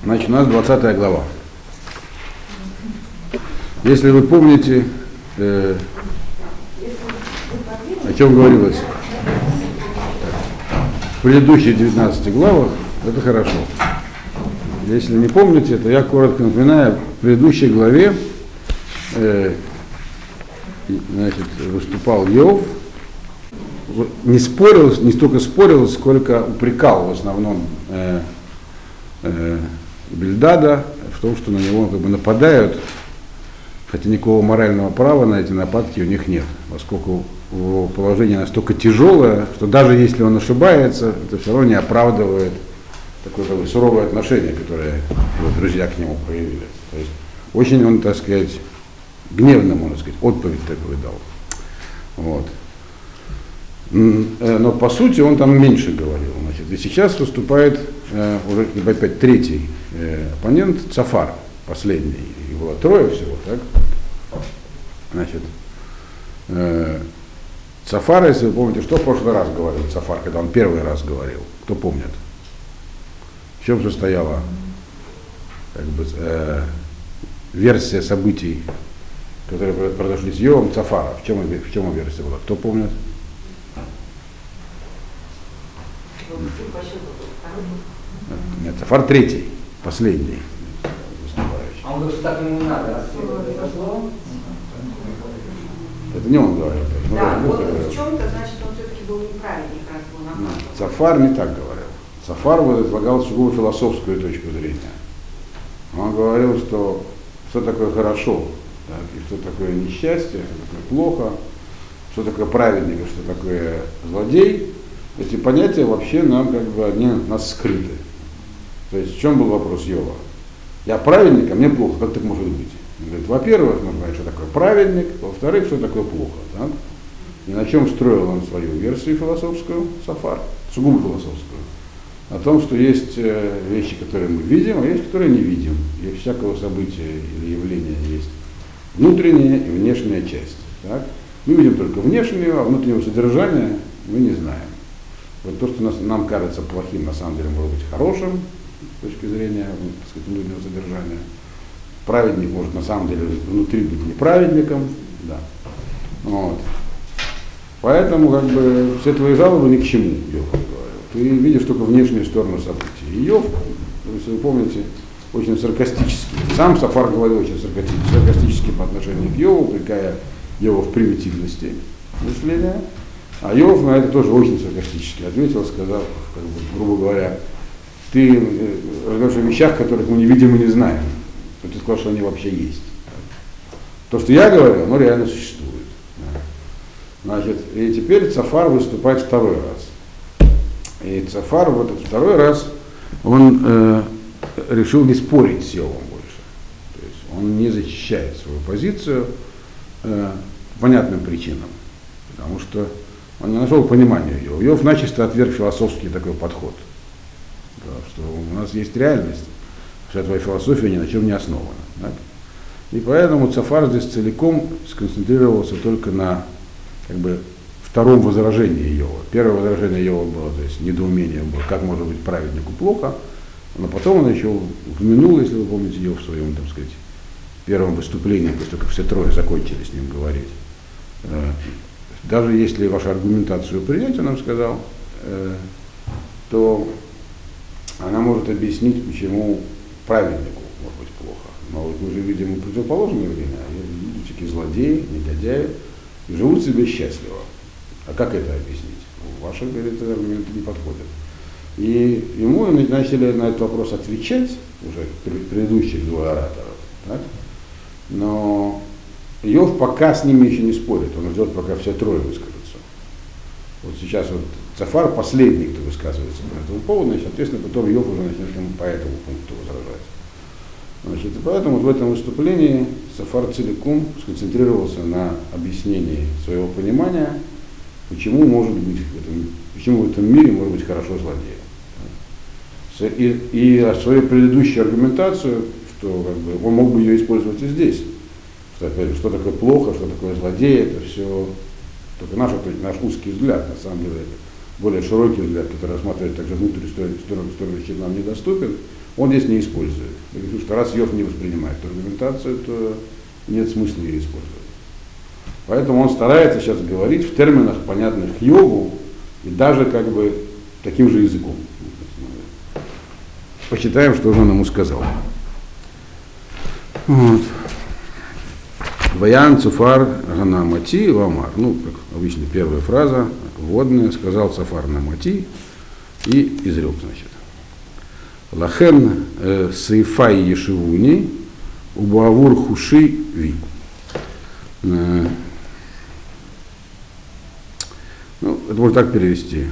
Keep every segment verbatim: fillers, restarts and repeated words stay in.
Значит, у нас двадцатая глава. Если вы помните, э, о чем говорилось в предыдущих девятнадцати главах, это хорошо. Если не помните, то я коротко напоминаю, в предыдущей главе э, значит, выступал Иов, не спорил, не столько спорил, сколько упрекал в основном э, э, Бильдада в том, что на него как бы нападают, хотя никакого морального права на эти нападки у них нет, поскольку его положение настолько тяжелое, что даже если он ошибается, это все равно не оправдывает такое, такое суровое отношение, которое его друзья к нему проявили. То есть очень он, так сказать, гневно, можно сказать, отповедь такую дал. Вот. Но по сути он там меньше говорил. Значит. И сейчас выступает э, уже опять третий э, оппонент, Цофар, последний. Их было трое всего, так? Значит, э, Цофар, если вы помните, что в прошлый раз говорил Цофар, когда он первый раз говорил, кто помнит? В чем состояла как бы, э, версия событий, которые произошли с Иовом Цофара? В чем, в чем версия была? Кто помнит? Нет, Цофар третий, последний. А он говорит, что так ему не надо, раз все произошло. Это не он говорил. Да, вот в чем-то, значит, он все-таки был неправильный, раз был напал. Цофар не так говорил. Цофар излагал сугубо философскую точку зрения. Он говорил, что что такое хорошо, так, и что такое несчастье, что такое плохо, что такое праведник, и что такое злодей. Эти понятия вообще нам как бы они нас скрыты. То есть в чем был вопрос Иова? Я праведник, а мне плохо, как так может быть? Он говорит, во-первых, нужно знать, что такое праведник, во-вторых, что такое плохо. Так? И на чем строил он свою версию философскую, Цофар, сугубо философскую? О том, что есть вещи, которые мы видим, а есть, которые не видим. И у всякого события или явления есть внутренняя и внешняя часть. Так? Мы видим только внешнего, а внутреннего содержания мы не знаем. Вот то, что нас, нам кажется плохим, на самом деле может быть хорошим, с точки зрения, так сказать, внутреннего содержания. Праведник может на самом деле внутри быть неправедником. Да. Вот. Поэтому как бы все твои жалобы ни к чему, Иов говорил. Ты видишь только внешнюю сторону событий. И Иов, если вы помните, очень саркастически. Сам Цофар говорил очень саркастически, саркастически по отношению к Иову, упрекая Иова в примитивности мышления. А Иов на это тоже очень саркастически ответил, сказав, как бы, грубо говоря, ты разговариваешь о вещах, которых мы не видим и не знаем. Но ты сказал, что они вообще есть. То, что я говорю, оно реально существует. Значит, и теперь Цофар выступает второй раз. И Цофар в этот второй раз, он э, решил не спорить с Иовом больше. То есть он не защищает свою позицию э, по понятным причинам. Потому что он не нашел понимания Иова. Иов начисто отверг философский такой подход. Да, что у нас есть реальность, вся твоя философия ни на чем не основана. Так? И поэтому Цофар здесь целиком сконцентрировался только на как бы, втором возражении Иова. Первое возражение Иова было, то есть недоумение было, как может быть праведнику плохо, но потом он еще упомянул, если вы помните, Иов в своем, так сказать, первом выступлении, после того, как все трое закончили с ним говорить. Даже если вашу аргументацию принять, он нам сказал, то она может объяснить, почему праведнику может быть плохо. Но вот мы же видим противоположное время, люди такие злодеи, негодяи, и живут себе счастливо. А как это объяснить? Ваши, говорит, аргументы не подходят. И ему начали на этот вопрос отвечать, уже предыдущих двое ораторов. Так? Но Иов пока с ними еще не спорит, он ждет, пока все трое выскажутся. Вот сейчас вот Цофар последний, кто высказывается по этому поводу, и, соответственно, потом Иов уже начнет ему по этому пункту возражать. Значит, и поэтому вот в этом выступлении Цофар целиком сконцентрировался на объяснении своего понимания, почему может быть в этом, почему в этом мире может быть хорошо злодея. И, и свою предыдущую аргументацию, что как бы, он мог бы ее использовать и здесь. Что, опять же, что такое плохо, что такое злодей, это все только наш, наш узкий взгляд, на самом деле более широкий взгляд, который рассматривает также внутреннюю сторону, сторону вещей, нам недоступен. он здесь не использует. Потому что раз Йов не воспринимает эту аргументацию, то нет смысла ее использовать. Поэтому он старается сейчас говорить в терминах, понятных Йову, и даже как бы таким же языком. Почитаем, что же он ему сказал. Вот. Ваян Цуфар Ганамати Ламар. Ну, как обычно, первая фраза, вводная, сказал Цуфар Намати и изрек, значит. Лахен э, Сейфай Ешивуни Убавур Хуши Ви. Э, ну, это можно так перевести.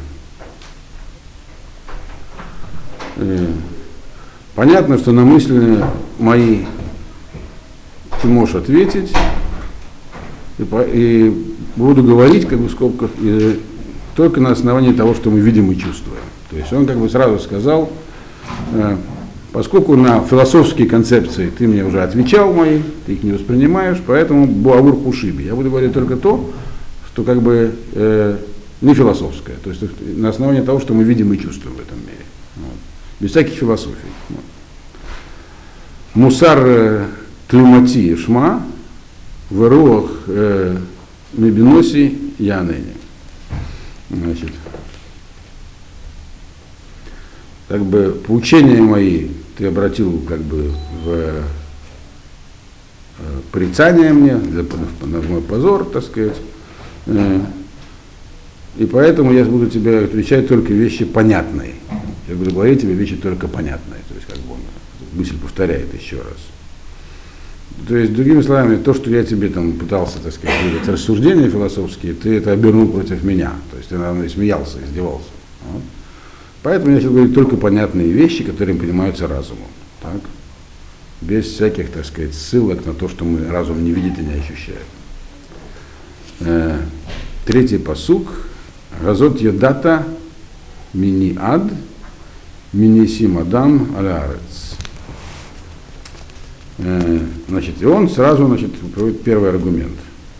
Э, понятно, что на мысли мои ты можешь ответить, и, по, и буду говорить, как бы в скобках, и, только на основании того, что мы видим и чувствуем. То есть он как бы сразу сказал, э, поскольку на философские концепции ты мне уже отвечал мои, ты их не воспринимаешь, поэтому буавур хушиби. Я буду говорить только то, что как бы э, не философское, то есть на основании того, что мы видим и чувствуем в этом мире. Вот. Без всяких философий. Вот. Мусар э, Тлюмати Шма, в руах э, Мебиноси Янени. Значит, как бы поучения мои ты обратил как бы в э, порицание мне, на мой позор, так сказать. Э, и поэтому я буду тебе отвечать только вещи понятные. Я буду говорить тебе вещи только понятные. То есть как бы он мысль повторяет еще раз. То есть, другими словами, то, что я тебе там пытался, так сказать, выдать рассуждения философские, ты это обернул против меня. То есть ты, наверное, смеялся, издевался. Вот. Поэтому я сейчас говорю только понятные вещи, которые понимаются разумом. Так? Без всяких, так сказать, ссылок на то, что мы разум не видит и не ощущает. Э, третий пасук. Разот йодата мини ад мини симадам алярец. Значит, и он сразу, значит, проводит первый аргумент.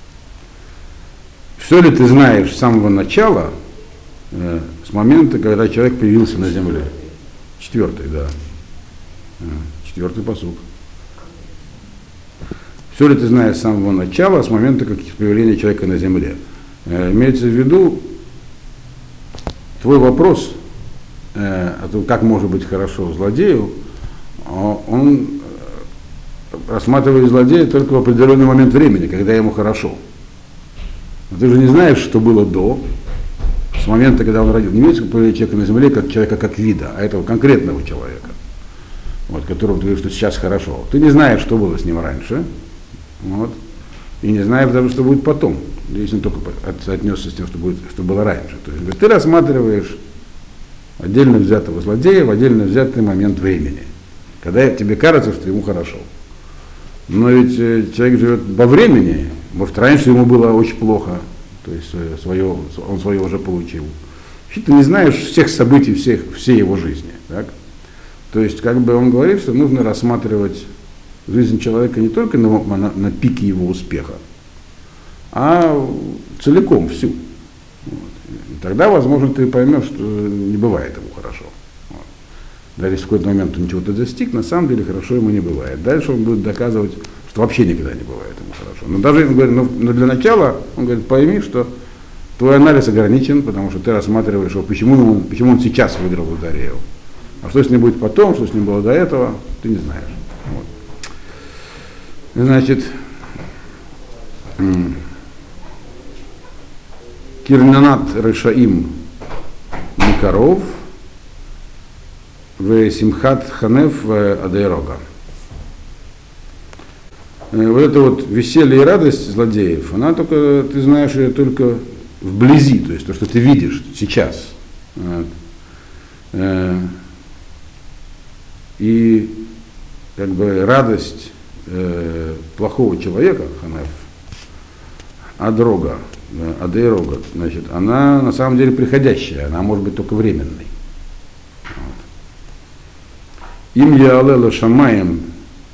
Все ли ты знаешь с самого начала, э, с момента, когда человек появился на земле? Четвертый, да. Четвертый пасук. Все ли ты знаешь с самого начала, с момента как появления человека на земле? Э, имеется в виду твой вопрос, э, о том, как может быть хорошо злодею, он рассматривает злодея только в определенный момент времени, когда ему хорошо. Но ты же не знаешь, что было до, с момента, когда он родился. Не имеется появления человека на земле как человека как вида, а этого конкретного человека, вот, которому ты говоришь, что сейчас хорошо. Ты не знаешь, что было с ним раньше, вот, и не знаешь даже, что будет потом, если он только отнесся с тем, что, будет, что было раньше. То есть ты рассматриваешь отдельно взятого злодея в отдельно взятый момент времени, когда тебе кажется, что ему хорошо. Но ведь э, человек живет во времени, может, раньше ему было очень плохо, то есть э, свое, он свое уже получил. Вообще ты не знаешь всех событий, всех, всей его жизни. Так? То есть, как бы он говорит, что нужно рассматривать жизнь человека не только на, на, на пике его успеха, а целиком всю. Вот. И тогда, возможно, ты поймешь, что не бывает ему хорошо. Даже если в какой-то момент он чего-то достиг, на самом деле хорошо ему не бывает. Дальше он будет доказывать, что вообще никогда не бывает ему хорошо. Но даже он говорит, но для начала он говорит, пойми, что твой анализ ограничен, потому что ты рассматриваешь, почему, ему, почему он сейчас выиграл лотерею. А что с ним будет потом, что с ним было до этого, ты не знаешь. Вот. Значит, Кирнанат Решаим Никаров в Симхат Ханев Адейрога. Вот это вот веселье и радость злодеев, она только, ты знаешь ее только вблизи, то есть то, что ты видишь сейчас. Вот. И как бы радость э, плохого человека, Ханев, Адрога, Адейрога, значит, она на самом деле приходящая, она может быть только временной. Им яалела шамаем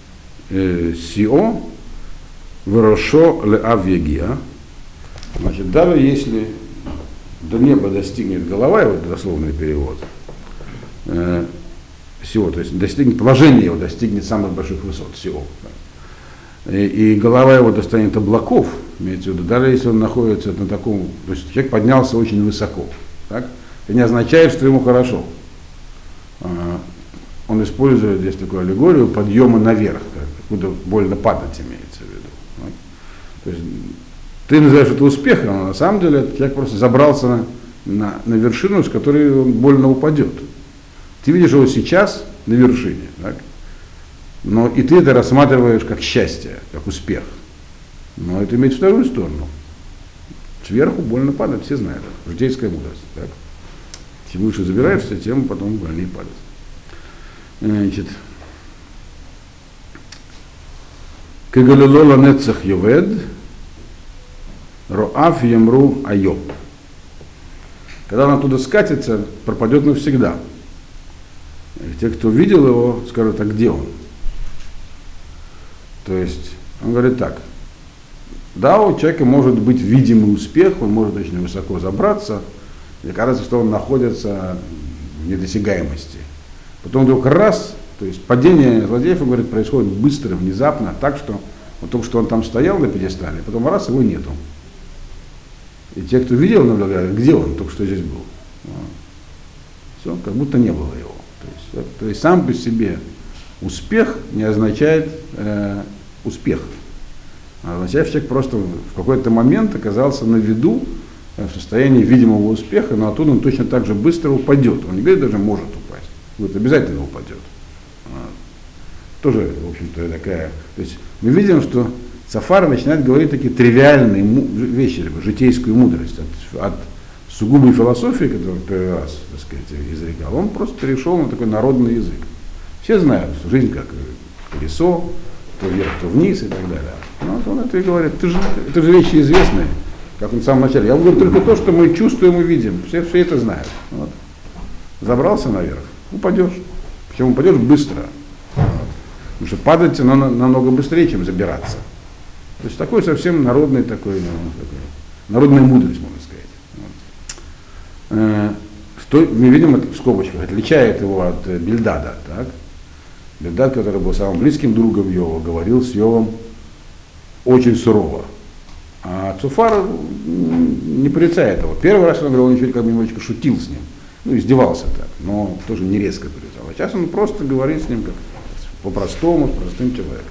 сио врошо ле авьегия. Значит, даже если до неба достигнет голова, вот дословный перевод, э, всего, то есть достигнет, положение его достигнет самых больших высот всего. И, и голова его достанет облаков, имеется в виду, даже если он находится на таком, то есть человек поднялся очень высоко. Так? Это не означает, что ему хорошо. Он использует здесь такую аллегорию подъема наверх, откуда больно падать имеется в виду. Так? То есть ты называешь это успехом, но на самом деле человек просто забрался на, на, на вершину, с которой он больно упадет. Ты видишь его сейчас на вершине, так? Но и ты это рассматриваешь как счастье, как успех. Но это имеет вторую сторону. Сверху больно падать, все знают это. Житейская мудрость. Так? Чем выше забираешься, тем потом больнее падать. Значит, Кагалилола нецах йовед, роав ямру айо. Когда он оттуда скатится, пропадет навсегда. И те, кто видел его, скажут, а где он? То есть, он говорит так, да, у человека может быть видимый успех, он может очень высоко забраться, и кажется, что он находится в недосягаемости. Потом вдруг раз, то есть падение злодеев, он говорит, происходит быстро, внезапно, так что вот только что он там стоял на пьедестале, потом раз, его нету. И те, кто видел, говорят, где он, только что здесь был. Все, как будто не было его. То есть, то есть сам по себе успех не означает э, успех. А означает, что человек просто в какой-то момент оказался на виду, в состоянии видимого успеха, но оттуда он точно так же быстро упадет. Он не говорит, даже может упасть. Вот обязательно упадет. Тоже, в общем-то, такая. То есть мы видим, что Сафар начинает говорить такие тривиальные вещи, житейскую мудрость от, от сугубой философии, которую первый раз, так сказать, изрекал. Он просто перешел на такой народный язык. Все знают, что жизнь как колесо, то вверх, то вниз и так далее. Но вот он это и говорит. Это же, это же вещи известные, как он в самом начале. Я говорю только то, что мы чувствуем и видим. Все, все это знают. Вот. Забрался наверх, упадешь. Причем упадешь быстро. Вот. Потому что падать надо намного быстрее, чем забираться. То есть такой совсем народный такой, ну, такой народная мудрость, можно сказать. Вот. Э, что мы видим это в скобочках, отличает его от Бельдада. Так? Бельдад, который был самым близким другом Йова, говорил с Йовом очень сурово. А Цуфар не порицает его. Первый раз он говорил, он еще как бы немножечко шутил с ним, ну, издевался так, но тоже не резко порицал. А сейчас он просто говорит с ним как по-простому, с простым человеком.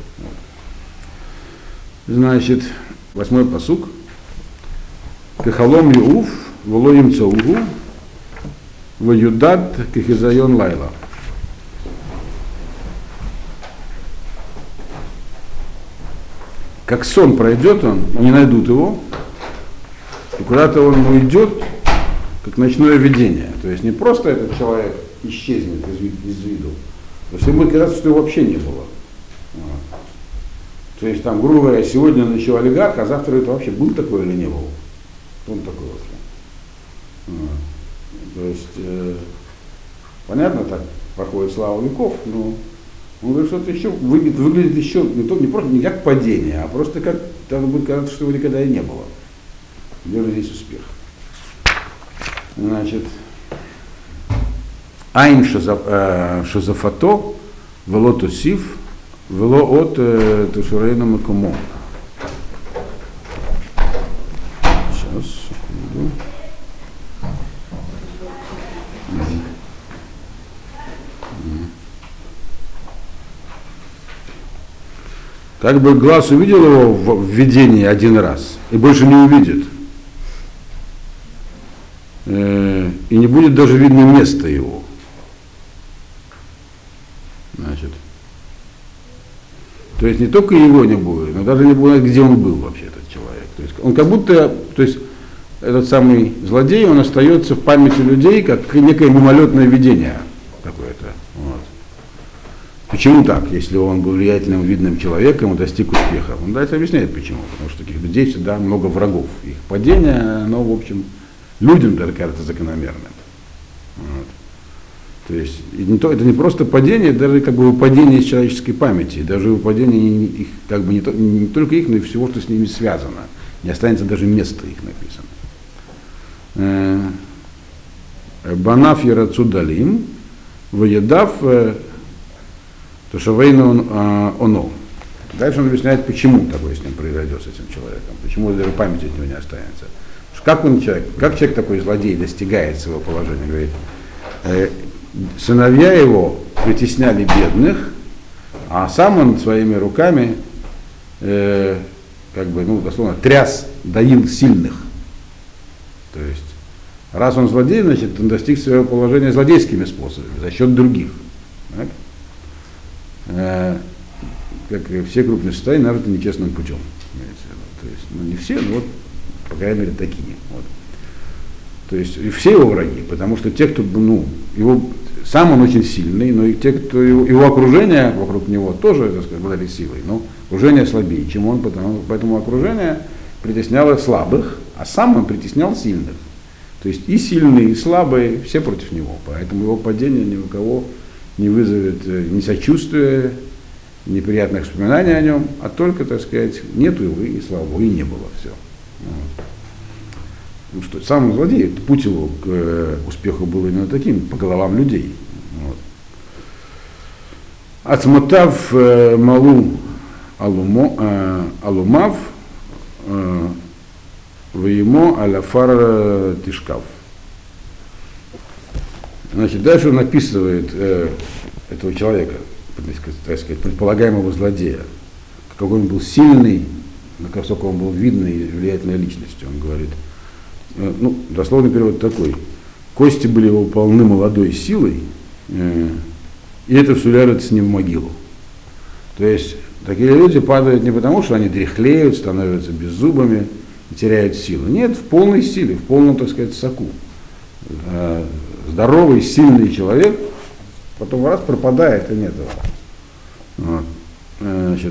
Вот. Значит, восьмой пасук. Кахалом Юуф, Волоим Цаугу, Ваюдат, Кахизайон Лайла. Как сон пройдет он, и не найдут его, и куда-то он уйдет, как ночное видение. То есть не просто этот человек исчезнет из, из виду, но всем будет казаться, что его вообще не было. Вот. То есть там, грубо говоря, сегодня он еще олигарх, а завтра это вообще был такой или не был? Кто он такой вообще? Вот. То есть, э, понятно, так проходит слава веков, но он говорит, что это еще выглядит, выглядит еще не, то, не просто не как падение, а просто как там будет казаться, что его никогда и не было. Где же здесь успех? Значит, Айн шазафато, вело тосиф, вело от тушурейна макумо. Сейчас, секунду. Как бы глаз увидел его в видении один раз и больше не увидит. Э, и не будет даже видно места его. Значит. То есть не только его не будет, но даже не будет, где он был вообще, этот человек. То есть он как будто, то есть этот самый злодей, он остается в памяти людей, как некое мимолетное видение какое-то. Вот. Почему так, если он был влиятельным, видным человеком и достиг успеха? Он дальше объясняет почему. Потому что таких людей всегда много врагов. Их падение, оно, в общем, людям даже кажется закономерным. Вот. То есть не то, это не просто падение, это даже как бы выпадение из человеческой памяти, даже выпадение их, как бы не, то, не только их, но и всего, что с ними связано. Не останется даже места их написано. Банаф ярацудалим, выедав, то что войну оно. Дальше он объясняет, почему такое с ним произойдет, с этим человеком, почему даже память от него не останется. Как он человек, как человек такой злодей достигает своего положения, говорит, э, сыновья его притесняли бедных, а сам он своими руками, э, как бы, ну, дословно, тряс, доил сильных. То есть, раз он злодей, значит, он достиг своего положения злодейскими способами, за счет других. Так? Э, как и все крупные состояния, нажиты нечестным путем. То есть, ну, не все, но вот, по крайней мере, такие. Вот. То есть, и все его враги, потому что те, кто, ну, его, сам он очень сильный, но и те, кто его, его окружение вокруг него тоже, так сказать, обладали силой, но окружение слабее, чем он, потому, поэтому окружение притесняло слабых, а сам он притеснял сильных. То есть и сильные, и слабые, все против него. Поэтому его падение ни у кого не вызовет ни сочувствия, неприятных вспоминаний о нем, а только, так сказать, нету его, и слава Богу, и не было все. Вот. Ну, что, сам злодей, путь его к э, успеху был именно таким, по головам людей. Вот. Ацмотав э, малу алумо, э, алумав э, ваимо аляфар тишкав. Значит, дальше он описывает э, этого человека, так сказать, предполагаемого злодея, какой он был сильный, насколько он был видной и влиятельной личностью. Он говорит, э, ну, дословный перевод такой: кости были его полны молодой силой, э, и это все ляжет с ним в могилу. То есть такие люди падают не потому, что они дряхлеют, становятся беззубыми и теряют силу. Нет, в полной силе, в полном, так сказать, соку. Э, здоровый, сильный человек потом раз пропадает, и нет его. Вот. Значит,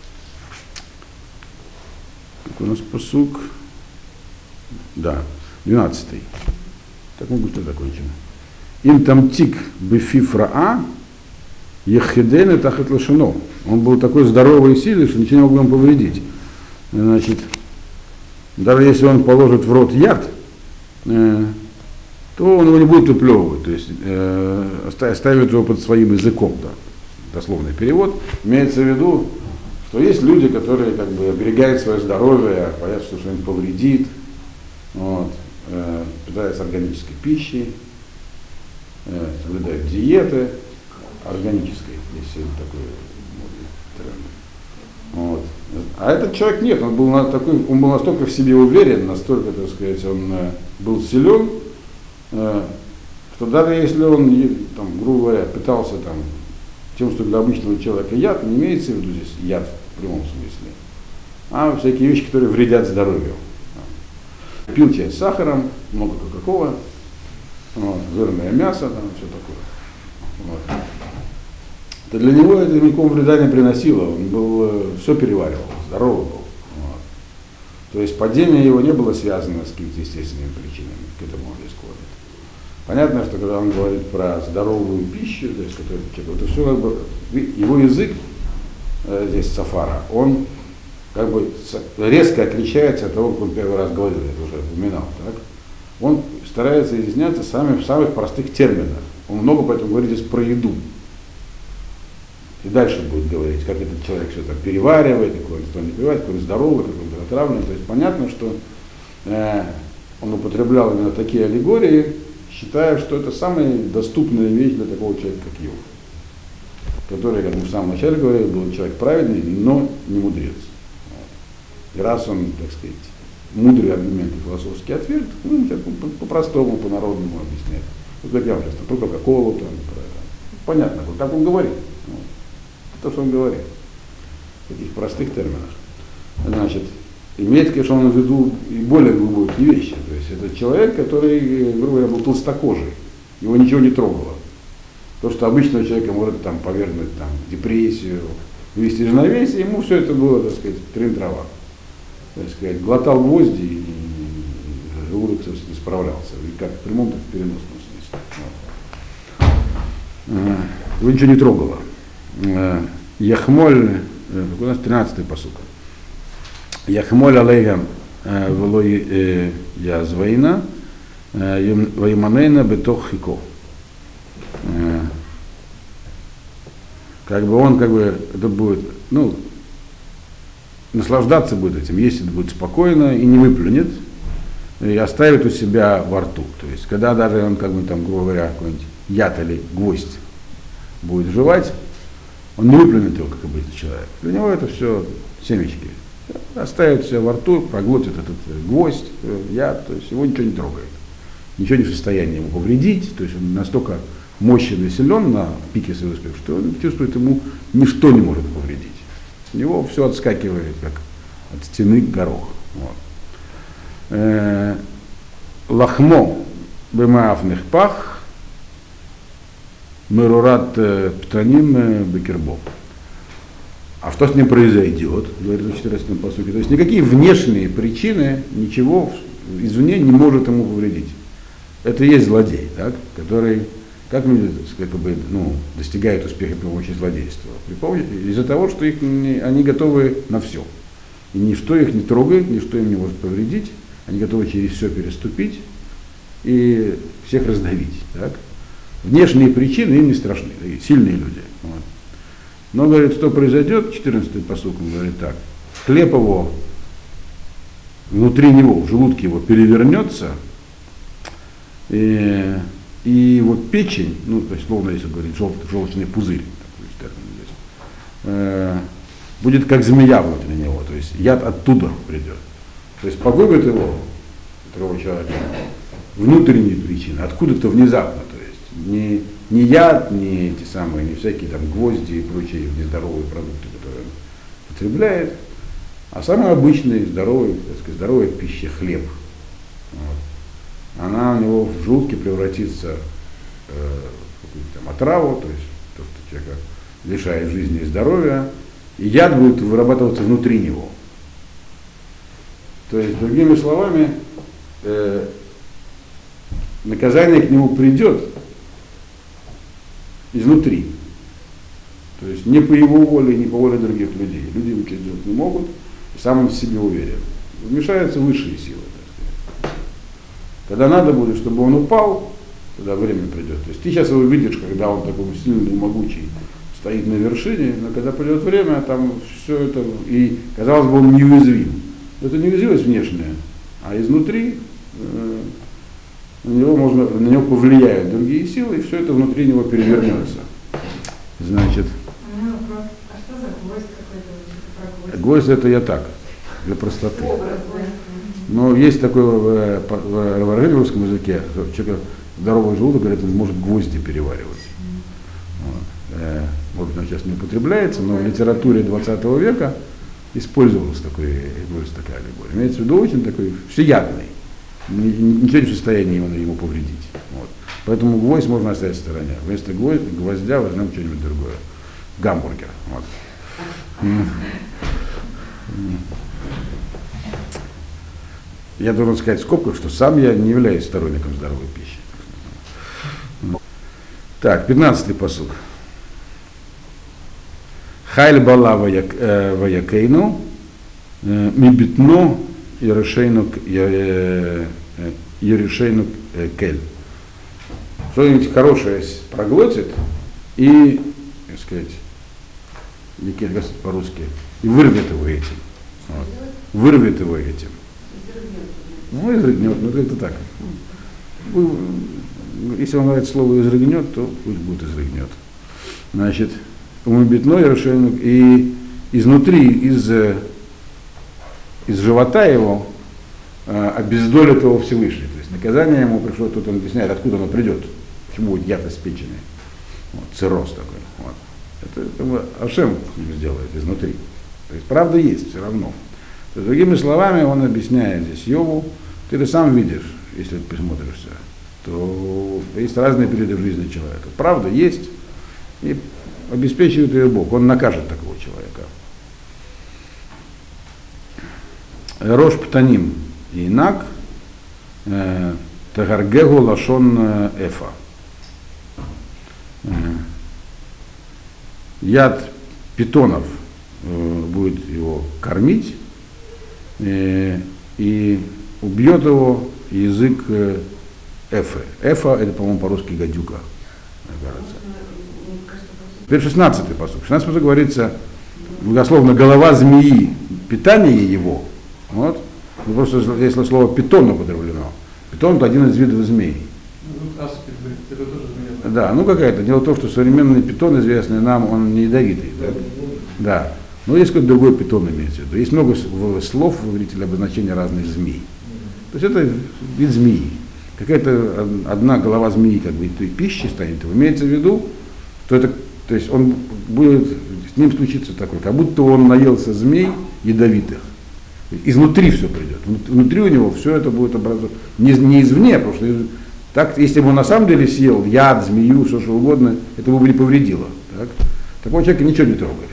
как у нас пасук? Да, двенадцатый. Так мы быстро закончим. Им там тик бефифраа ехиден и тахат лошано. Он был такой здоровый и сильный, что ничего не могло ему повредить. Значит, даже если он положит в рот яд, э, то он его не будет выплевывать, то есть э, оставит его под своим языком, да, дословный перевод. Имеется в виду, что есть люди, которые как бы оберегают свое здоровье, боятся, что что-нибудь повредит, вот, э, питаются органической пищей, э, соблюдают диеты органической, если такой тренд. Вот. А этот человек нет, он был, на такой, он был настолько в себе уверен, настолько, так сказать, он э, был силен, что даже если он, там, грубо говоря, пытался там, тем, что для обычного человека яд, не имеется в виду здесь яд в прямом смысле, а всякие вещи, которые вредят здоровью. Пил чай с сахаром, много кока-кола, вот, жирное мясо, там, все такое. Вот. То для него это никакого вреда не приносило, он был, все переваривал, здоровый был. Вот. То есть падение его не было связано с какими-то естественными причинами, к этому он не склонен. Понятно, что когда он говорит про здоровую пищу, то есть, это все как бы, его язык, э, здесь сафара, он как бы резко отличается от того, как он первый раз говорил, я это уже упоминал. Так? Он старается изъясняться сами в самых простых терминах. Он много поэтому говорит здесь про еду. И дальше будет говорить, как этот человек все так переваривает, какой он что не переваривает, какой он здоровый, какой он отравленный. То есть понятно, что э, он употреблял именно такие аллегории, считая, что это самая доступная вещь для такого человека, как Иов, который, как мы в самом начале говорили, был человек праведный, но не мудрец. И раз он, так сказать, мудрые аргументы философский отверг, ну, по-простому, по-народному объясняет. Вот как я вам сейчас про Кока-Колу, там, про это. Понятно, вот так он говорит. Вот. То, что он говорит. В таких простых терминах. Значит, имеет, конечно, он в виду и более глубокие вещи. То есть это человек, который, грубо говоря, был толстокожий. Его ничего не трогало. То, что обычного человека может там, повергнуть там, депрессию, ввести равновесие, ему все это было, так сказать, трин-трава. Так сказать, глотал гвозди и желудок не справлялся. И как в прямом, так и в переносном смысле. Вот. Его ничего не трогало. Яхмоль, у нас тринадцатый пасук. Яхмоль алейгам велой язвейна вайманейна бетох хико. как бы он как бы это будет, ну, наслаждаться будет этим, если это будет спокойно и не выплюнет, и оставит у себя во рту. То есть, когда даже он, как бы там, грубо говоря, какой-нибудь яд или гвоздь будет жевать, он не выплюнет его, как обычный человек. Для него это все семечки. Оставит все во рту, проглотит этот гвоздь, яд, то есть его ничего не трогает. Ничего не в состоянии ему повредить, то есть он настолько мощен и силен на пике своего успеха, что он чувствует, ему ничто не может повредить. У него все отскакивает, как от стены горох. Вот. Э, лахмо бемаафных пах мерурат птаним бекербо. А что с ним произойдет, говорит в четырнадцатом пасуке. То есть никакие внешние причины, ничего извне не может ему повредить. Это и есть злодей, так, который, как люди как бы, ну, достигают успеха при помощи злодейства? При помощи, из-за того, что их не, они готовы на все. И ничто их не трогает, ничто им не может повредить. Они готовы через все переступить и всех раздавить. Так? Внешние причины им не страшны, сильные люди. Вот. Но, говорит, что произойдет, четырнадцатый пасук, он говорит так, хлеб его, внутри него, в желудке его перевернется, и, и его печень, ну, то есть, словно, если говорить, жел, желчный пузырь, такой термин здесь, э, будет как змея внутри него, то есть яд оттуда придет. То есть погубит его, этого человека, внутренние причины, откуда-то внезапно, то есть не, не яд, не эти самые, не всякие там гвозди и прочие нездоровые продукты, которые он потребляет, а самый обычный здоровый, так сказать, здоровая пища, хлеб. Вот. Она у него в желудке превратится э, в какую-то там отраву, то есть то, что человека лишает жизни и здоровья, и яд будет вырабатываться внутри него. То есть, другими словами, э, наказание к нему придет изнутри. То есть не по его воле, не по воле других людей. Люди ему что-то делать не могут, и сам он в себе уверен. Вмешаются высшие силы. Так сказать. Когда надо будет, чтобы он упал, тогда время придет. То есть ты сейчас его видишь, когда он такой сильный, могучий, стоит на вершине, но когда придет время, там все это, и казалось бы, он неуязвим. Это неуязвимость внешняя, а изнутри э, на него можно, на него повлияют другие силы, и все это внутри него перевернется. Значит. У меня вопрос, а что за гвоздь какой-то? Гвоздь это я так, для простоты. Но есть такое выражение в русском языке, что человек здоровый желудок, говорит, он может гвозди переваривать. Вот. Может быть, он сейчас не употребляется, но в литературе двадцатого века использовалась такой, такая аллегория. Имеется в виду очень такой всеядный. Ничего не в состоянии ему, ему повредить. Вот. Поэтому гвоздь можно оставить в стороне. Вместо гвоздя, гвоздя возьмем что-нибудь другое. Гамбургер. Вот. Я должен сказать в скобках, что сам я не являюсь сторонником здоровой пищи. Так, пятнадцатый пасук. Хайль бала ваякейну, мибитно ерешейну кель. Что-нибудь хорошее проглотит и, так сказать, якель по-русски, и вырвет его этим. Вот. Вырвет его этим. Ну, изрыгнет, ну это так. Если вам нравится слово изрыгнет, то пусть будет изрыгнет. Значит, умобитной решение, и изнутри, из, из живота его обездолит его Всевышний. То есть наказание ему пришло, тут он объясняет, откуда оно придет, почему будет яд из печени. Вот, цирроз такой. Вот. Это, это Ашем сделает изнутри. То есть правда есть все равно. То есть, другими словами, он объясняет здесь Йову, ты это сам видишь, если ты присмотришься, то есть разные периоды в жизни человека. Правда есть, и обеспечивает ее Бог, он накажет такого человека. Рош птаним и инак, тагаргегу лашон эфа. Яд питонов будет его кормить, и убьет его язык эфы. Эфа это, по-моему, по-русски гадюка, мне кажется. Теперь шестнадцатый посук. шестнадцатый посук говорится, благословно, голова змеи, питание его. Вот. Ну, просто если слово питон употреблено. Питон это один из видов змей. Ну, аспид, это тоже змея. Да, ну какая-то. Дело в том, что современный питон, известный нам, он не ядовитый. Да. Да. Но есть какой-то другой питон имеется в виду. Есть много слов в иврите для обозначения разных змей. То есть это вид змеи. Какая-то одна голова змеи как бы и пищи станет. Имеется в виду, что это, то есть он будет, с ним случится такое, как будто он наелся змей ядовитых. Изнутри все придет. Внутри у него все это будет образовано. Не, не извне, потому что так, если бы он на самом деле съел яд, змею, все что угодно, это бы не повредило. Так? Такого человека ничего не трогает.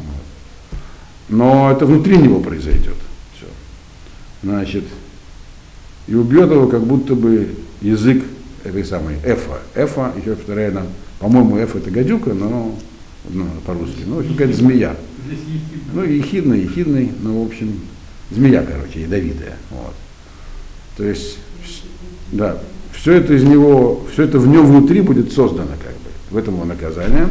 Но это внутри него произойдет. Все. Значит, и убьет его, как будто бы язык этой самой эфа. Эфа, еще повторяю, нам, по-моему, эфа это гадюка, но ну, по-русски. Ну, в общем, какая-то змея. Ну, ехидный, ехидный, ну, в общем, змея, короче, ядовитая. Вот. То есть, да, все это из него, все это в нем внутри будет создано, как бы. В этом его наказание.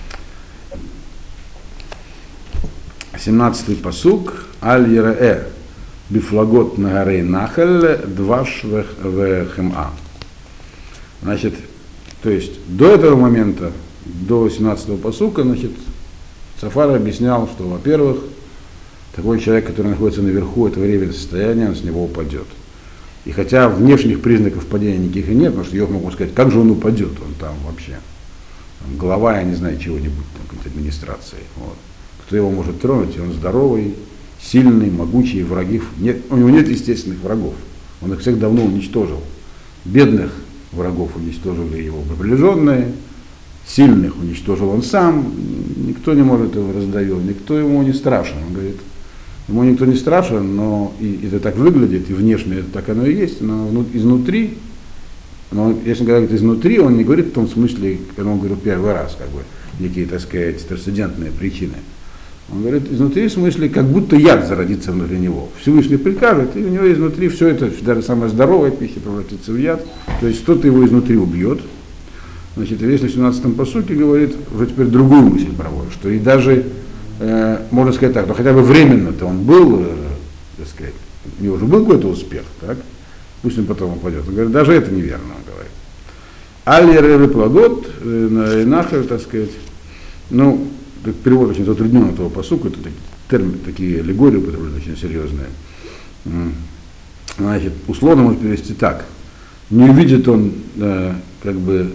семнадцатый пасук. Аль-Ярае бифлагот нагарей нахаль дваш вехема. Значит, то есть до этого момента, до семнадцатого пасука, значит, Цафар объяснял, что, во-первых, такой человек, который находится наверху, это временное состояние, он с него упадет. И хотя внешних признаков падения никаких и нет, потому что Йов могу сказать, как же он упадет, он там вообще, там, глава, я не знаю, чего-нибудь, там, какой-то администрации. Вот. Кто его может тронуть, и он здоровый, сильный, могучий, врагов. Нет, у него нет естественных врагов. Он их всех давно уничтожил. Бедных врагов уничтожили его приближенные, сильных уничтожил он сам, никто не может его раздавить, никто ему не страшен. Он говорит, ему никто не страшен, но и, и это так выглядит, и внешне это так оно и есть, но изнутри, но если он говорит изнутри, он не говорит в том смысле, когда он говорит первый раз, как бы, некие, так сказать, трансцендентные причины. Он говорит, изнутри, в смысле, как будто яд зародится внутри него. Всевышний прикажет, и у него изнутри все это, даже самая здоровая пища превратится в яд. То есть кто-то его изнутри убьет. Значит, если в семнадцатом пасуке говорит, уже теперь другую мысль проводит, что и даже, э, можно сказать так, но хотя бы временно-то он был, э, так сказать, у него уже был какой-то успех, так? Пусть он потом упадет. Он говорит, даже это неверно, он говорит. Аль-Ярае плагот, э, нахер, так сказать, ну, перевод очень затруднен этого пасука, это такие термины, такие аллегории употреблены очень серьезные. Значит, условно можно перевести так. Не увидит он э, как бы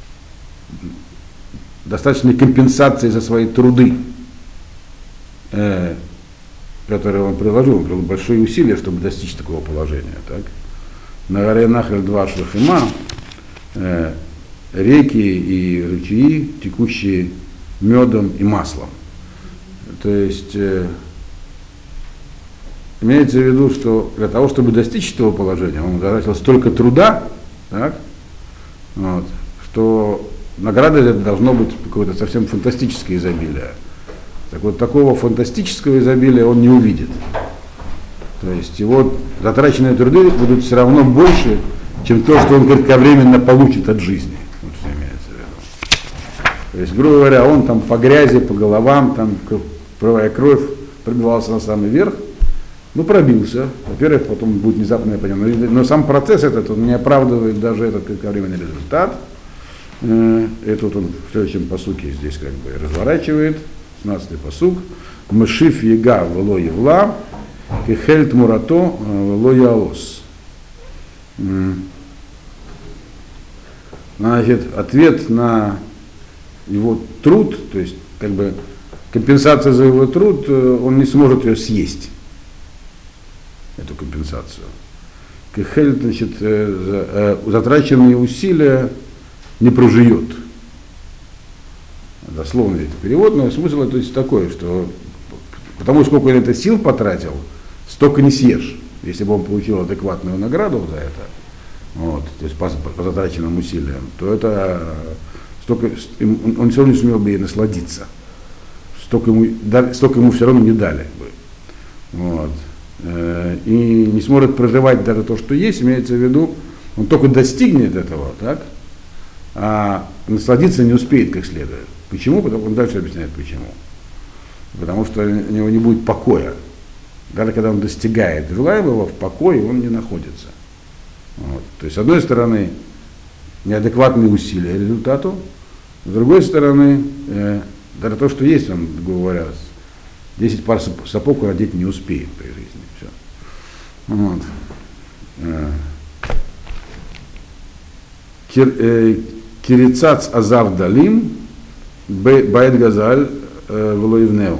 достаточной компенсации за свои труды, э, которые он приложил, он приложил большие усилия, чтобы достичь такого положения. Так? На горе Нахаль два Швахима э, реки и ручьи, текущие медом и маслом. То есть э, имеется в виду, что для того, чтобы достичь этого положения, он затратил столько труда, так, вот, что награда это должно быть какое-то совсем фантастическое изобилие. Так вот, такого фантастического изобилия он не увидит. То есть его затраченные труды будут все равно больше, чем то, что он кратковременно получит от жизни. Вот что имеется в виду. То есть, грубо говоря, он там по грязи, по головам, там, прорывая кровь, пробивался на самый верх, ну, пробился. Во-первых, потом будет внезапно, я понимаю, но, но сам процесс этот, он не оправдывает даже этот кратковременный результат. Это вот он в следующем пасуке здесь как бы разворачивает. семнадцатый пасук. Мышив ега вело евла, кехельт мурато вело яолос. Значит, ответ на его труд, то есть как бы компенсация за его труд, он не сможет ее съесть, эту компенсацию. Кехельт, значит, затраченные усилия не проживет. Дословно это перевод, но смысл это такой, что потому сколько он это сил потратил, столько не съешь. Если бы он получил адекватную награду за это, вот, то есть по, по затраченным усилиям, то это столько, он, он все равно не сумел бы ей насладиться. Столько ему, дали, столько ему все равно не дали бы. Вот. И не сможет проживать даже то, что есть, имеется в виду, он только достигнет этого, так? а насладиться не успеет как следует. Почему? Потому что он дальше объясняет почему. Потому что у него не будет покоя. Даже когда он достигает желаемого, в покое он не находится. Вот. То есть, с одной стороны, неадекватные усилия результату, с другой стороны, э, даже то, что есть, он, говоря, десять пар сапог он одеть не успеет при жизни. Все. Вот. Кирицац азав далим байт газаль влоивнеу.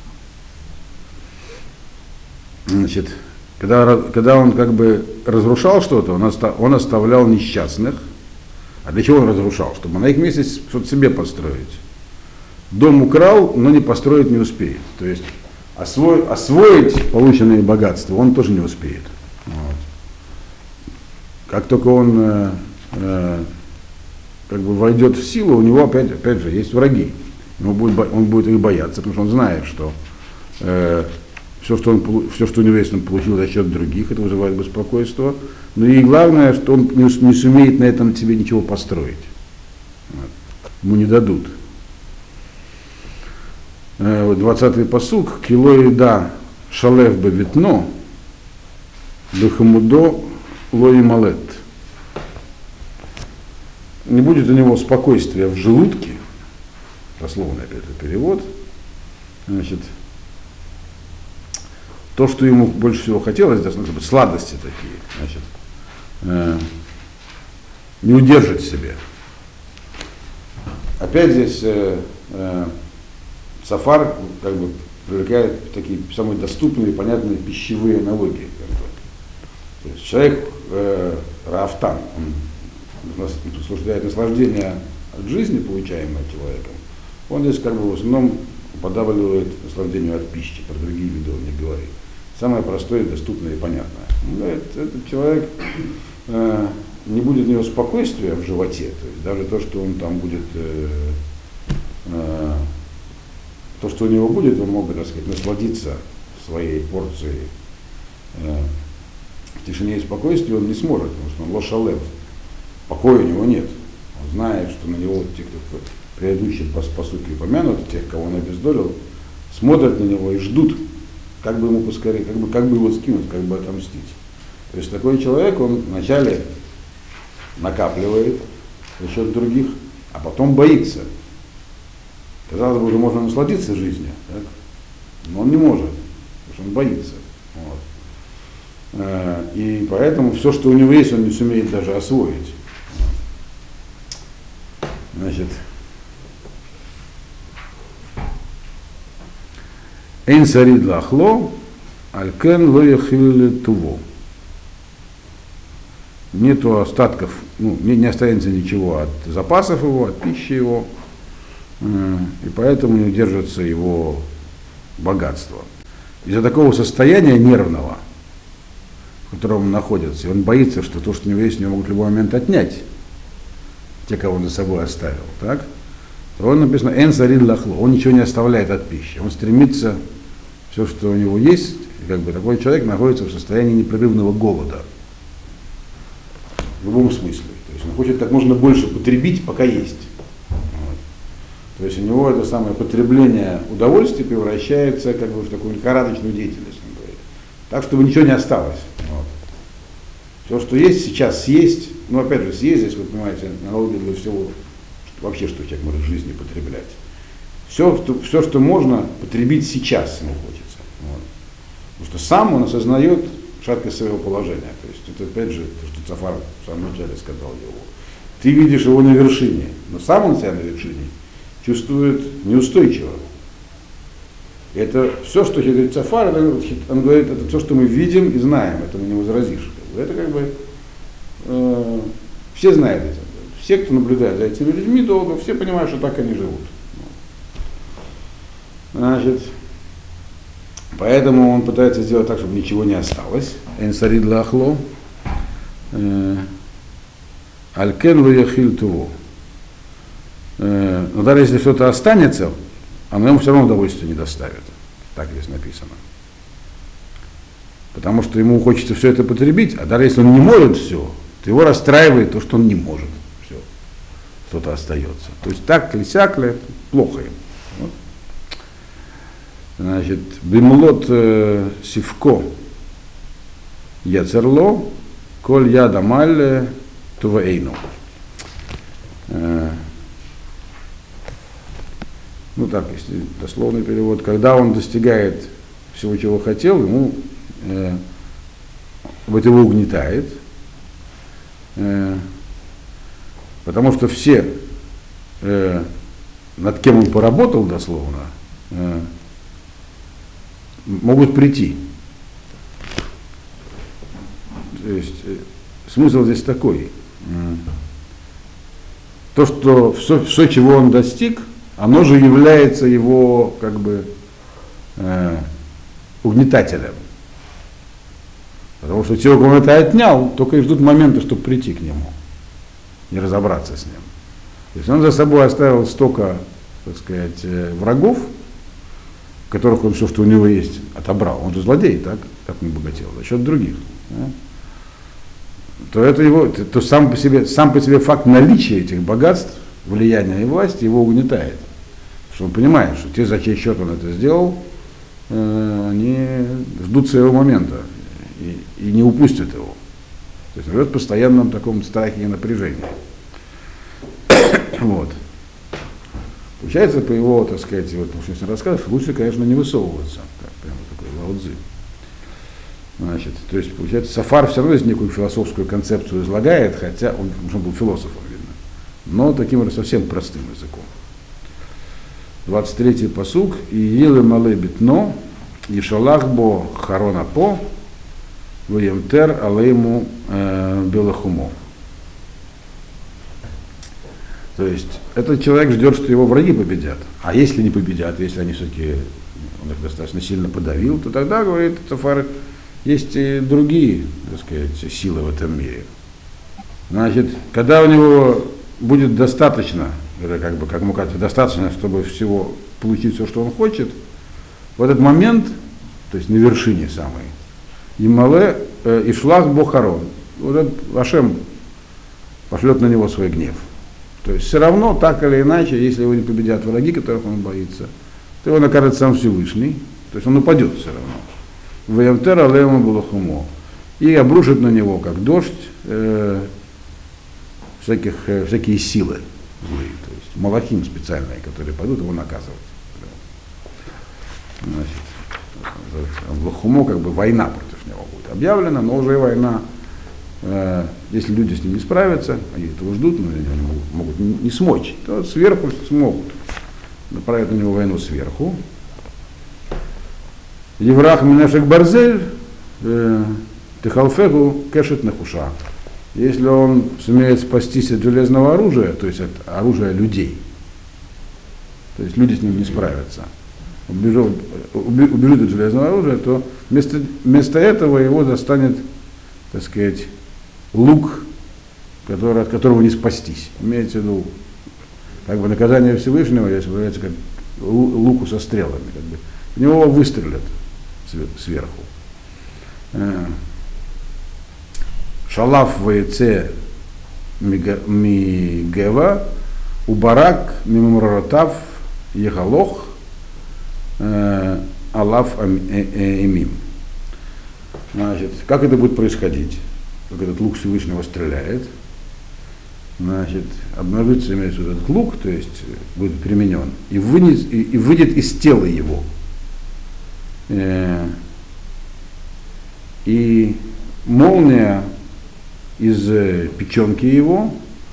Значит, когда, когда он как бы разрушал что-то, он, оста, он оставлял несчастных. А для чего он разрушал? Чтобы на их месте что-то себе построить. Дом украл, но не построить не успеет. То есть освоить, освоить полученные богатства он тоже не успеет. Вот. Как только он э, э, как бы войдет в силу, у него опять, опять же есть враги. Ему будет, он будет их бояться, потому что он знает, что э, все, что он, все, что у него есть, он получил за счет других, это вызывает беспокойство. Ну и главное, что он не, не сумеет на этом себе ничего построить. Вот. Ему не дадут. Э, двадцатый пасук. Килоида шалев бевитно, бехамудо лои малет. Не будет у него спокойствия в желудке, дословно опять же перевод, значит, то, что ему больше всего хотелось, сладости такие, значит, э, не удержать в себе. Опять здесь э, э, Сафар как бы привлекает такие самые доступные и понятные пищевые аналогии. Как бы. То есть человек э, Рафтан, он наслаждает наслаждение от жизни, получаемое человеком, он здесь как бы в основном подавливает наслаждению от пищи, про другие виды он не говорит. Самое простое, доступное и понятное. Ну, этот, этот человек, э, не будет у него спокойствия в животе, то есть даже то, что он там будет, э, э, то, что у него будет, он мог бы, так сказать, насладиться своей порцией э, в тишине и спокойствии, он не сможет, потому что он лошалев, покоя у него нет. Он знает, что на него те, кто в предыдущем посуке упомянут, тех, кого он обездолил, смотрят на него и ждут, как бы ему поскорее, как бы, как бы его скинуть, как бы отомстить. То есть такой человек, он вначале накапливает за счет других, а потом боится. Казалось бы, уже можно насладиться жизнью, так? Но он не может, потому что он боится. Вот. И поэтому все, что у него есть, он не сумеет даже освоить. Значит, Эйн сарид лахло, алькен ло яхил туво. Нету остатков, ну, не, не останется ничего от запасов его, от пищи его, и поэтому не удержится его богатство. Из-за такого состояния нервного, в котором он находится, и он боится, что то, что у него есть, у него могут в любой момент отнять, те, кого он за собой оставил, так? То он написано «эн сарид лахло», он ничего не оставляет от пищи, он стремится, все, что у него есть, как бы такой человек находится в состоянии непрерывного голода. В любом смысле. То есть он хочет как можно больше потребить, пока есть. Вот. То есть у него это самое потребление удовольствия превращается как бы в такую лихорадочную деятельность, он говорит. Так, чтобы ничего не осталось. Вот. Все, что есть, сейчас съесть. Ну, опять же, съесть, здесь, вы понимаете, аналогия для всего, что, вообще, что человек может в жизни потреблять. Все, что, все, что можно потребить сейчас, ему хочется. Вот. Потому что сам он осознает шаткость своего положения. То есть это опять же то, что Сафар в самом начале сказал его. Ты видишь его на вершине, но сам он себя на вершине чувствует неустойчиво. И это все, что говорит Сафар, он говорит, это все, что мы видим и знаем, это не возразишь. Это как бы э, все знают это. Все, кто наблюдает за этими людьми долго, все понимают, что так они живут. Значит, поэтому он пытается сделать так, чтобы ничего не осталось. Энсарид лахло. Алькен луяхил туво. Но даже если что-то останется, оно ему все равно удовольствия не доставит. Так здесь написано. Потому что ему хочется все это потребить, а даже если он не может все, то его расстраивает то, что он не может. Все. что-то остается. То есть так ли, сяк ли, плохо им. Вот. Значит, бимлот э, сивко яцерло, коль яда маль туваэйну. Э, ну так, если дословный перевод, когда он достигает всего, чего хотел, ему э, вот его угнетает, э, потому что все, э, над кем он поработал дословно, э, могут прийти. То есть э, смысл здесь такой. Э, то, что все, все, чего он достиг, оно же является его как бы э, угнетателем. Потому что те, у кого он это отнял, только и ждут момента, чтобы прийти к нему и разобраться с ним. То есть он за собой оставил столько, так сказать, врагов, которых он все, что у него есть, отобрал. Он же злодей, так? Как он богател? За счет других. Да? То это его, то сам по себе, сам по себе факт наличия этих богатств, влияния и власти его угнетает. Потому что он понимает, что те, за чей счет он это сделал, э, они ждут своего момента и, и не упустят его. То есть живет в постоянном таком страхе и напряжении. Вот. Получается, по его, так сказать, вот, научных рассказах, лучше, конечно, не высовываться, как прямо такой Лао-цзы. Значит, то есть, получается, Сафар все равно здесь некую философскую концепцию излагает, хотя он, он был философом, видно, но таким совсем простым языком. двадцать третий пасук. И елы мале битно, и шалахбо харона по, ваемтер алейму белахумо. То есть, этот человек ждет, что его враги победят. А если не победят, если они все-таки, он их достаточно сильно подавил, то тогда, говорит Сафар, есть и другие, так сказать, силы в этом мире. Значит, когда у него будет достаточно, или как бы, как ему кажется, достаточно, чтобы всего получить все, что он хочет, в этот момент, то есть на вершине самой, Имале э, и шлах Бохарон, вот Ашем пошлет на него свой гнев. То есть все равно, так или иначе, если его не победят враги, которых он боится, то его накажет сам Всевышний, то есть он упадет все равно. Ваямтер алейму белахумо. И обрушит на него, как дождь, э, всяких, э, всякие силы злые, то есть малахим специальные, которые пойдут его наказывать. Значит, Лахумо, как бы война против него будет объявлена, но уже война, э, если люди с ним не справятся, они этого ждут, но они могут, могут не, не смочь, то сверху смогут. Направят на него войну сверху. Еврах Минешек Барзель, Техалфегу Кешет Нахуша. Если он сумеет спастись от железного оружия, то есть от оружия людей, то есть люди с ним не справятся, убежал, убежит от железного оружия, то вместо, вместо этого его достанет, так сказать, лук, который, от которого не спастись. Имеется в виду, как бы наказание Всевышнего, если является как луку со стрелами, как бы, в него выстрелят сверху. Шалав ваеце мигева, убарак мимуратав ехалох алав эмим. Значит, как это будет происходить? Как этот лук Всевышнего стреляет, значит, обнажится, имеется этот лук, то есть будет применен, и, вынес, и, и выйдет из тела его. Э, и молния из э, печенки его,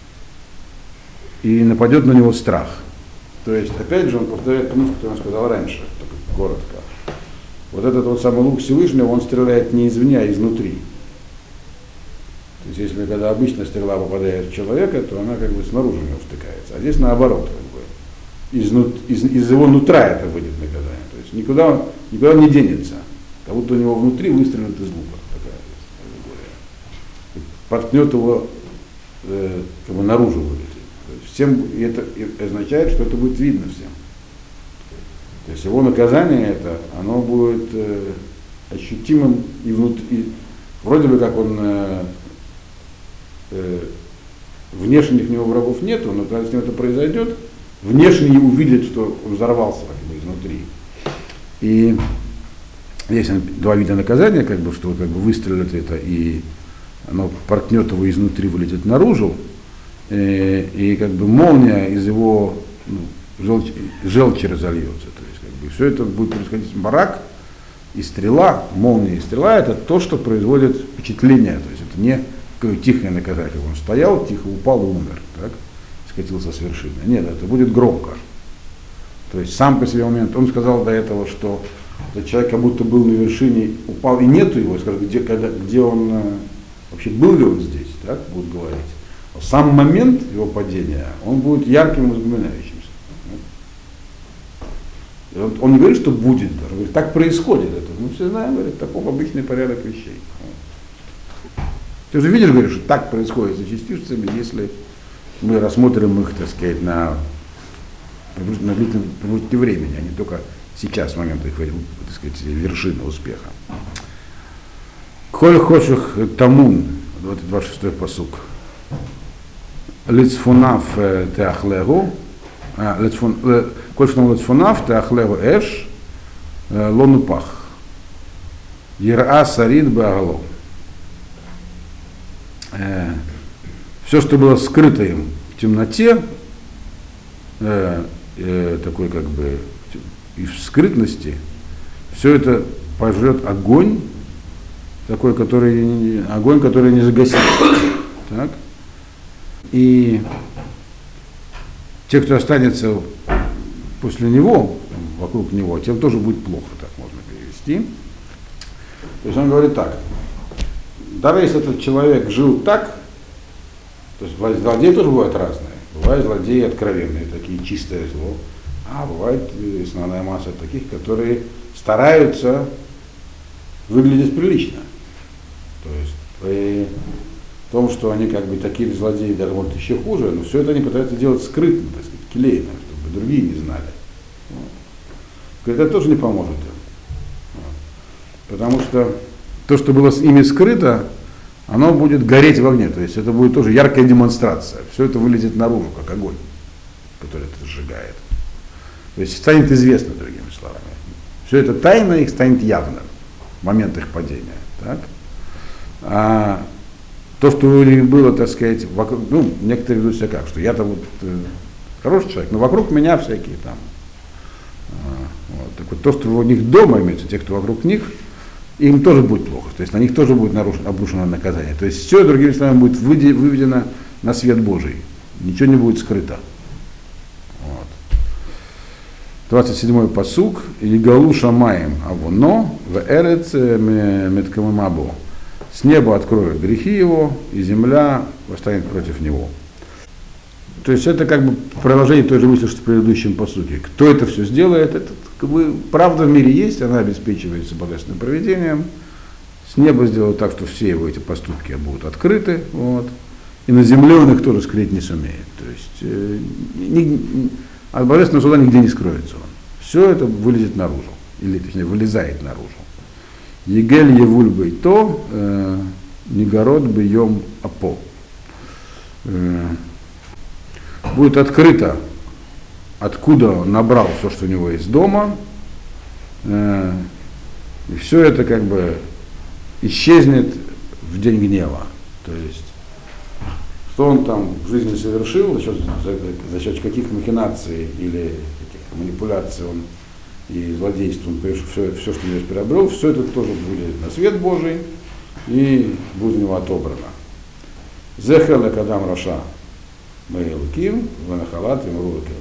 и нападет на него страх. То есть, опять же, он повторяет то, что он сказал раньше, только коротко. Вот этот вот самый лук Всевышнего, он стреляет не извне, а изнутри. То есть, если когда обычно стрела попадает в человека, то она как бы снаружи у него втыкается. А здесь наоборот, как бы, из, из, из его нутра это выйдет наказание. То есть никуда он, никуда он не денется. Как будто у него внутри выстрелит из лука. Портнет его, э, как бы наружу вылетит. То есть всем это означает, что это будет видно всем. То есть его наказание это, оно будет э, ощутимым и внутри. Вроде бы как он э, э, внешних у него врагов нету, но когда с ним это произойдет, внешний увидит, что он взорвался как бы изнутри. И есть два вида наказания, как бы, что как бы выстрелит это, и оно портнет его изнутри, вылетит наружу, и, и как бы молния из его ну, желчи, желчи разольется. То есть, как бы, все это будет происходить барак и стрела, молния и стрела, это то, что производит впечатление. То есть это не какое тихое наказание. Он стоял, тихо упал и умер, так? Скатился с вершины. Нет, это будет громко. То есть сам по себе момент, он сказал до этого, что этот человек как будто был на вершине, упал и нету его, скажет, где, когда, где он, вообще был ли он здесь, так, будут говорить. Сам момент его падения, он будет ярким и воспоминающимся. Он, он не говорит, что будет, он говорит, так происходит это. Мы все знаем, говорит, таков обычный порядок вещей. Ты же видишь, говоришь, что так происходит с нечестивцами, если мы рассмотрим их, так сказать, на длительном времени, а не только сейчас, в момент их, так сказать, вершины успеха. Коль хочешь тамун, двадцать шестой пасук. Лицфунав теахлегу, коль что лицфунав теахлегу эш, лонупах. Ера сарид баагло. Все, что было скрыто им в темноте, э, э, такой как бы и в скрытности, все это пожрет огонь, такой, который, огонь, который не загасит. Так? И те, кто останется после него, вокруг него, тем тоже будет плохо, так можно перевести. То есть он говорит так, даже если этот человек жил так, то есть злодеи тоже бывают разные. Бывают злодеи откровенные, такие чистое зло, а бывает основная масса таких, которые стараются выглядеть прилично. То есть при том, что они как бы такие злодеи, даже может еще хуже, но все это они пытаются делать скрытно, так сказать, келейно, чтобы другие не знали. Вот. Это тоже не поможет им. Вот. Потому что то, что было с ими скрыто, оно будет гореть в огне. То есть это будет тоже яркая демонстрация. Все это вылезет наружу, как огонь, который это сжигает. То есть станет известно, другими словами. Все это тайно их станет явным в момент их падения. Так? А то, что у них было, так сказать, вокруг, ну, некоторые ведут себя как, что я-то вот э, хороший человек, но вокруг меня всякие там. А, вот. Так вот, то, что у них дома имеется, те, кто вокруг них, им тоже будет плохо, то есть на них тоже будет нарушено, обрушено наказание. То есть все, другими словами, будет выведено на свет Божий. Ничего не будет скрыто. Вот. двадцать седьмой пасук. Игалу шамаем авоно в эрец меткамамабо. С неба откроют грехи его, и земля восстанет против него. То есть это как бы продолжение той же мысли, что в предыдущем пасуке. Кто это все сделает, это как бы, правда в мире есть, она обеспечивается божественным провидением. С неба сделают так, что все его эти поступки будут открыты. Вот. И на земле он их тоже скрыть не сумеет. То есть э, ни, от божественного суда нигде не скроется он. Все это вылезет наружу, или точнее вылезает наружу. Егель евуль бейто, негород бьем апо. Будет открыто, откуда он набрал все, что у него есть дома, и все это как бы исчезнет в день гнева. То есть, что он там в жизни совершил, за счет, за, за счет каких махинаций или каких манипуляций он и злодейством все, все, что здесь приобрел, все это тоже будет на свет Божий и будет у него отобрано. Зехела кадам раша Маилким, Ванахалат и Муруким.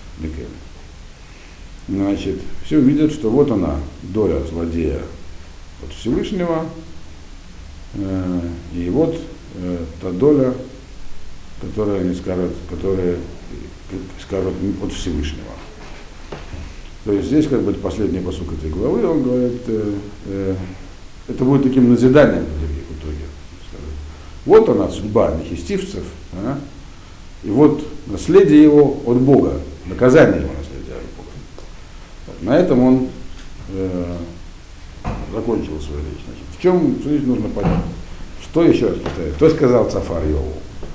Значит, все видят, что вот она, доля злодея от Всевышнего, э, и вот э, та доля, которая они скажут, которая скажут от Всевышнего. То есть здесь, как бы, последний пасук этой главы, он говорит, э, э, это будет таким назиданием для других в итоге. Вот она, судьба нечестивцев, а? И вот наследие его от Бога, наказание его наследия от Бога. Так, на этом он э, закончил свою речь. Значит, в чем здесь нужно понять? Что еще раз повторяю? Кто сказал Цафар Йову?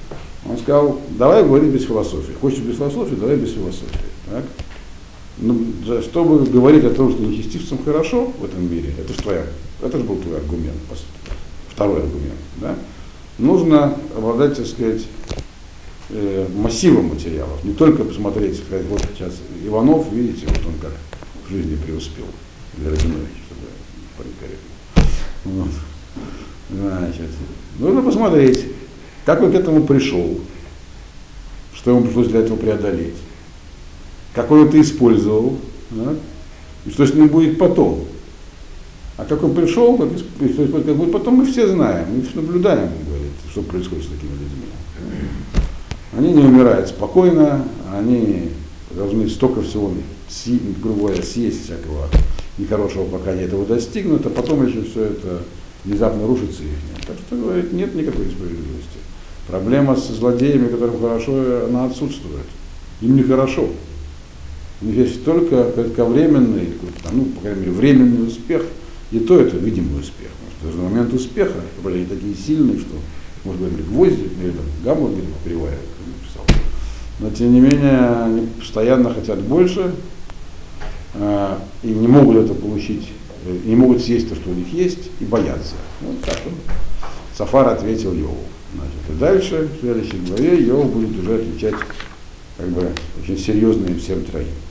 Он сказал, давай говорить без философии. Хочешь без философии, давай без философии. Так? Ну, чтобы говорить о том, что нечестивцам хорошо в этом мире, это же твоя, это же был твой аргумент, второй аргумент, да? Нужно обладать, так сказать, массивом материалов, не только посмотреть, сказать, вот сейчас Иванов, видите, вот он как в жизни преуспел, или Рабинович, чтобы корректно. Вот. Значит, нужно посмотреть, как он к этому пришел, что ему пришлось для этого преодолеть, как он это использовал, да? И что с ним будет потом. А как он пришел, как, как будет потом, мы все знаем, мы наблюдаем, говорит, что происходит с такими людьми. Они не умирают спокойно, они должны столько всего, грубо говоря, съесть всякого нехорошего, пока они этого достигнут, а потом еще все это внезапно рушится их. Так что, говорит, нет никакой справедливости. Проблема со злодеями, которым хорошо, она отсутствует. Им нехорошо. У них есть только кратковременный, ну, по крайней мере, временный успех, и то это видимый успех. Потому что даже на момент успеха были такие сильные, что, может быть, гвозди или там, гамму где-то приваривают, как написал. Но тем не менее, они постоянно хотят больше э, и не могут это получить, э, не могут съесть то, что у них есть, и боятся. Вот так он. Сафар ответил Йову. Значит, и дальше, в следующей главе, Йов будет уже отвечать как бы очень серьезно им всем троим.